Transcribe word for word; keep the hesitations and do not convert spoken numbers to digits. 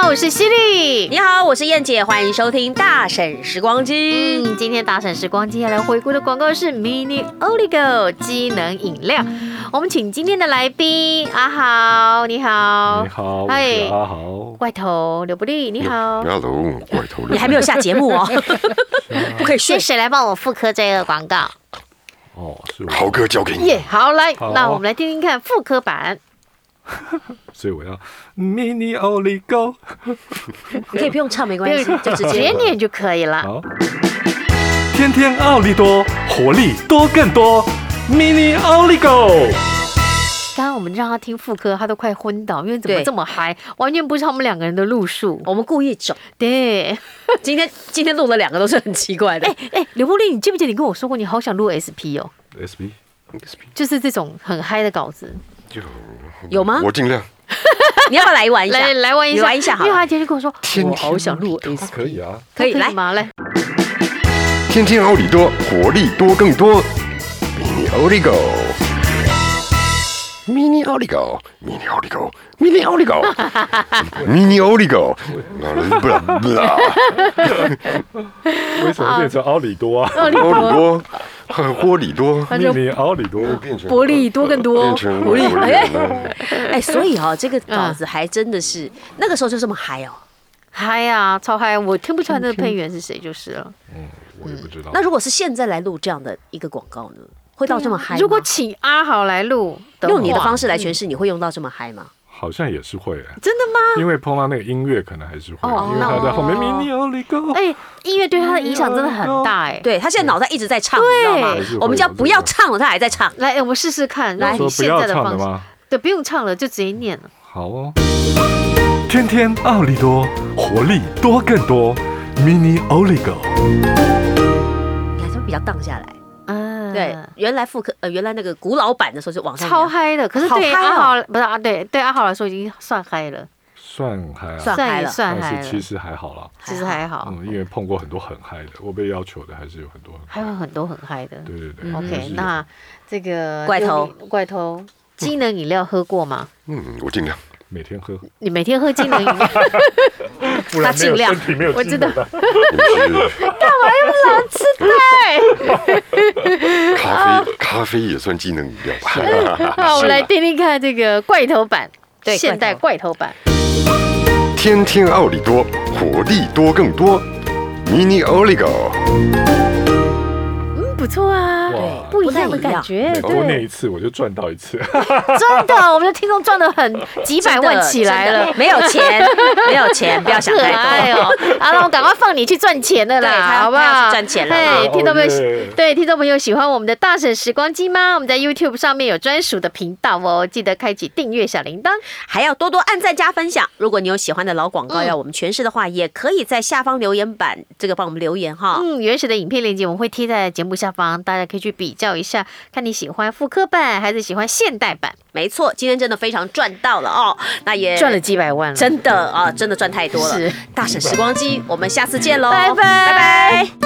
好，我是犀利。 你好，我是燕姐，欢迎收听大婶时光机。 嗯，今天大婶时光机要来回顾的广告是 Mini Oligo 机能饮料。我们请今天的来宾阿豪，你好。 你好，我是阿豪。 怪头刘不利，你好。 Hello， 怪头刘。 你还没有下节目哦，不可以睡。 是谁来帮我复刻这个广告？ 哦，是我。 豪哥交给你。 耶，好来， 好那我们来听听看复刻版。 所以我要 Mini Oligo， 你可以不用唱没关系，就直直接接念就可以了。 好，天天奥利多，活力多更多 ，Mini Oligo。 刚刚我们让他听副歌，他都快昏倒，因为怎么对这么嗨，完全不是他们两个人的路数。 我们故意走。 对， 今天今天录的两个都是很奇怪的。 哎哎，刘柏霖，你记不记得你跟我说过，你好想录 S P 哦？ S B， 就是这种很嗨的稿子。 就有吗？ 我尽量。 你要不要来玩一下？ 来来玩一下， 你玩一下好了。 因为他今天跟我说， 天我好想录 S P， 可以啊， 可以来吗？来， 天天奥利多，活力多更多。Mini Oligo。Mini Oligo，Mini Oligo，Mini Oligo，Mini Oligo，不啦不啦， 为什么变成奥利多啊奥利多，活力多， 他就 ？Mini 奥利多变成薄利多更多变，成活力活力了。 哎，所以哈，这个稿子还真的是那个时候就这么嗨哦。 嗨啊，超嗨！我听不出来那个配员是谁就是了。 嗯，我也不知道。 那如果是现在来录这样的一个广告呢，会到这么嗨吗？ 如果请阿豪来录， 用你的方式来诠释，你会用到这么嗨吗？ 好像也是会， 真的吗？ 因为碰到那个音乐，可能还是会， 哦因为他在后面 Mini Oligo。 哎，音乐对他的影响真的很大哎。 对他现在脑袋一直在唱，你知道吗还是？会我们叫不要唱了，他还在唱。 来，我们试试看， 来说不用你现要唱在的方式。 的吗？ 对，不用唱了，就直接念了。 好哦。天天奥利多，活力多更多 ，Mini Oligo。 你看，是不是比较荡下来？ 嗯， 对，原来复刻呃，原来那个古老版的时候就往上超嗨的。可是对好嗨哦阿豪不是啊，对对阿豪来说已经算嗨了， 算嗨啊， 算嗨了算嗨了， 但是其实还好啦。 其实还好， 嗯，因为碰过很多很嗨的，我被要求的还是有很多很嗨还有很多很嗨的。 对对对。 OK，那这个怪头怪头机能饮料喝过吗？ 嗯，我尽量。 每天喝， 你每天喝机能饮料， 不然没有身体没有我知道机能的。 干嘛用老吃带？ 咖啡，咖啡也算机能饮料吧。 好，我们来听听看这个怪头版， 对现代怪头版。 天天奥利多，活力多更多。Mini Oligo。 嗯，不错啊， 哇不一样的感觉， 每多念对一，次我就赚到一次。 真的，我们的听众赚的很几百万起来了真的。没有钱，没有钱，不要想可太多。 爱哦！好了，我赶快放你去赚钱的对他啦，好不他要好？ 去赚钱了对， 哦听众朋友耶， 对听众朋友喜欢我们的大婶时光机吗？我们在 YouTube 上面有专属的频道哦，记得开启订阅小铃铛。 还要多多按赞加分享。如果你有喜欢的老广告要我们诠释的话，也可以在下方留言板这个帮我们留言哈。 嗯，原始的影片链接我们会贴在节目下方，大家可以去比较一下，看你喜欢复刻版还是喜欢现代版。 没错，今天真的非常赚到了哦，那也赚了几百万了， 真的啊，真的赚太多了。 是大婶时光机，我们下次见喽， 拜拜拜拜。